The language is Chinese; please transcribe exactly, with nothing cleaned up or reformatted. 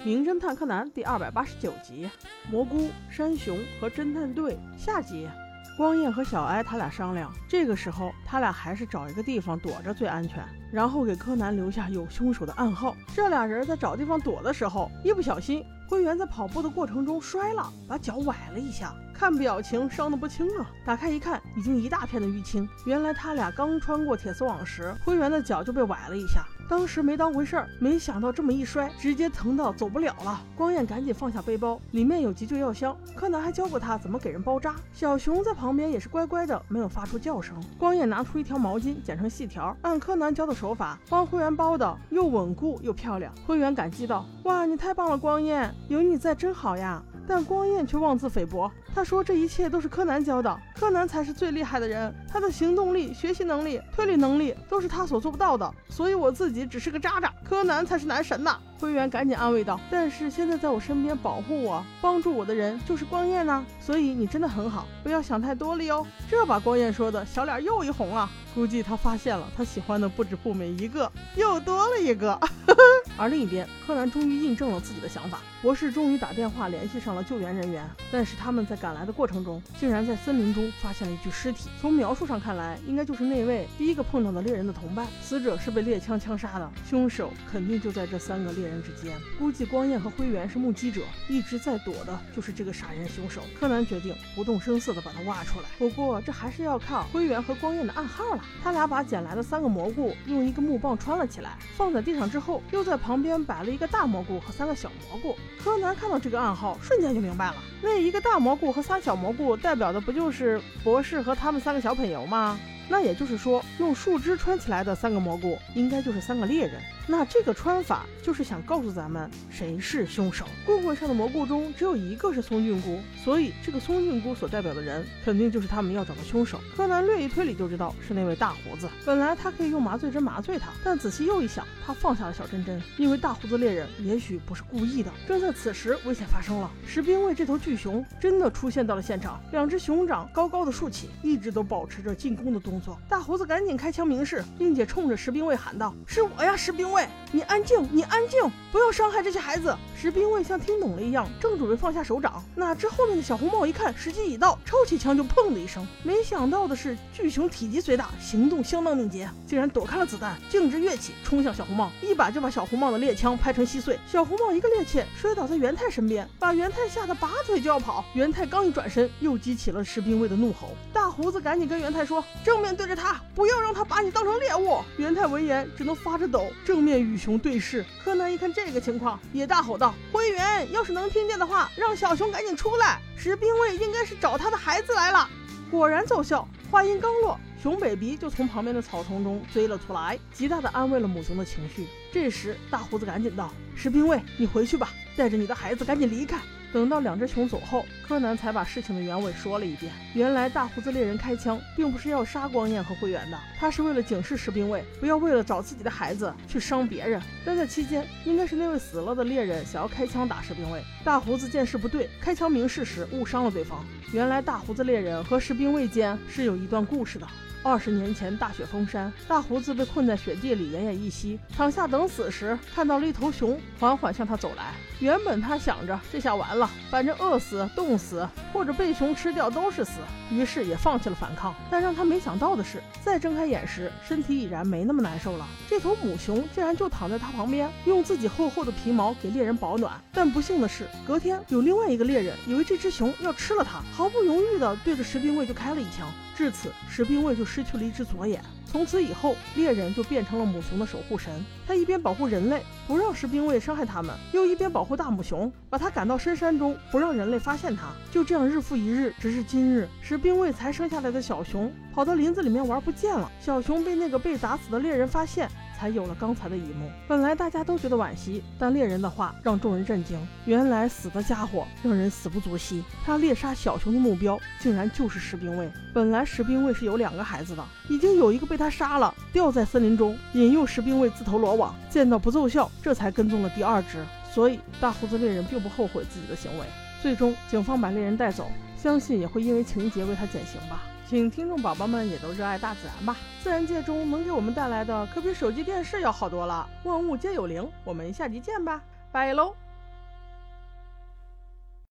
名侦探柯南第二百八十九集，蘑菇、山熊和侦探队下集。光彦和小哀他俩商量，这个时候他俩还是找一个地方躲着最安全，然后给柯南留下有凶手的暗号。这俩人在找地方躲的时候，一不小心灰原在跑步的过程中摔了，把脚崴了一下，看表情伤得不轻啊。打开一看，已经一大片的淤青，原来他俩刚穿过铁丝网时，灰原的脚就被崴了一下，当时没当回事儿，没想到这么一摔，直接疼到走不了了。光彦赶紧放下背包，里面有急救药箱，柯南还教过他怎么给人包扎。小熊在旁边也是乖乖的，没有发出叫声。光彦拿出一条毛巾，剪成细条，按柯南教的手法帮灰原包的，又稳固又漂亮。灰原感激道：哇，你太棒了，光彦，有你在真好呀。但光彦却妄自菲薄，他说这一切都是柯南教的，柯南才是最厉害的人，他的行动力、学习能力、推理能力都是他所做不到的，所以我自己只是个渣渣，柯南才是男神呐。灰原赶紧安慰道：但是现在在我身边保护我、帮助我的人就是光彦呐，所以你真的很好，不要想太多了哟。这把光彦说的小脸又一红啊，估计他发现了他喜欢的不止步美一个，又多了一个。而另一边，柯南终于印证了自己的想法，博士终于打电话联系上了救援人员，但是他们在赶来的过程中，竟然在森林中发现了一具尸体。从描述上看来，应该就是那位第一个碰到的猎人的同伴，死者是被猎枪枪杀的，凶手肯定就在这三个猎人之间。估计光彦和灰原是目击者，一直在躲的就是这个杀人凶手。柯南决定不动声色地把他挖出来，不过这还是要靠灰原和光彦的暗号了。他俩把捡来的三个蘑菇用一个木棒穿了起来，放在地上之后，又在旁边摆了一个大蘑菇和三个小蘑菇。柯南看到这个暗号，瞬间就明白了，那一个大蘑菇和仨小蘑菇代表的不就是博士和他们三个小朋友吗？那也就是说，用树枝穿起来的三个蘑菇应该就是三个猎人。那这个穿法就是想告诉咱们谁是凶手。棍棍上的蘑菇中只有一个是松菌菇，所以这个松菌菇所代表的人肯定就是他们要找的凶手。柯南略一推理就知道是那位大胡子。本来他可以用麻醉针麻醉他，但仔细又一想，他放下了小针针，因为大胡子猎人也许不是故意的。正在此时，危险发生了，石兵卫这头巨熊真的出现到了现场，两只熊掌高高的竖起，一直都保持着进攻的动作。大胡子赶紧开枪明示，并且冲着石兵卫喊道：是我呀，石兵卫，你安静，你安静，不要伤害这些孩子。石兵卫像听懂了一样，正准备放下手掌，哪知后面的小红帽一看时机已到，抄起枪就砰的一声。没想到的是，巨熊体积虽大，行动相当敏捷，竟然躲开了子弹，径直跃起冲向小红帽，一把就把小红帽的猎枪拍成稀碎。小红帽一个趔趄摔倒在元太身边，把元太吓得拔腿就要跑。元太刚一转身，又激起了石兵卫的怒吼。大胡子赶紧跟元太说：正面对着他，不要让他把你当成猎物。元太闻言只能发着抖，正面与熊对视。柯南一看这个情况，也大吼道：灰原，要是能听见的话，让小熊赶紧出来，石兵卫应该是找他的孩子来了。果然奏效，话音刚落，熊 baby 就从旁边的草丛中追了出来，极大的安慰了母熊的情绪。这时大胡子赶紧道：石兵卫，你回去吧，带着你的孩子赶紧离开。等到两只熊走后，柯南才把事情的原委说了一遍。原来大胡子猎人开枪并不是要杀光彦和灰原的，他是为了警示石兵卫不要为了找自己的孩子去伤别人。但在期间，应该是那位死了的猎人想要开枪打石兵卫，大胡子见势不对，开枪明示时误伤了对方。原来大胡子猎人和石兵卫间是有一段故事的。二十年前大雪封山，大胡子被困在雪地里奄奄一息，躺下等死时，看到了一头熊缓缓向他走来。原本他想着这下完了，反正饿死、冻死或者被熊吃掉都是死，于是也放弃了反抗。但让他没想到的是，再睁开眼时，身体已然没那么难受了。这头母熊竟然就躺在他旁边，用自己厚厚的皮毛给猎人保暖。但不幸的是，隔天有另外一个猎人以为这只熊要吃了他，毫不犹豫地对着石兵卫就开了一枪。至此，石兵卫就失去了一只左眼。从此以后，猎人就变成了母熊的守护神。他一边保护人类，不让石兵卫伤害他们，又一边保护大母熊，把他赶到深山中，不让人类发现他。就这样日复一日，直至今日，石兵卫才生下来的小熊跑到林子里面玩不见了。小熊被那个被打死的猎人发现，才有了刚才的一幕。本来大家都觉得惋惜，但猎人的话让众人震惊。原来死的家伙让人死不足惜，他猎杀小熊的目标竟然就是石兵卫。本来石兵卫是有两个孩子的，已经有一个被他杀了，掉在森林中，引诱石兵卫自投罗网，见到不奏效，这才跟踪了第二只。所以大胡子猎人并不后悔自己的行为。最终警方把猎人带走，相信也会因为情节为他减刑吧。请听众宝宝们也都热爱大自然吧，自然界中能给我们带来的可比手机电视要好多了。万物皆有灵，我们下集见吧，拜喽。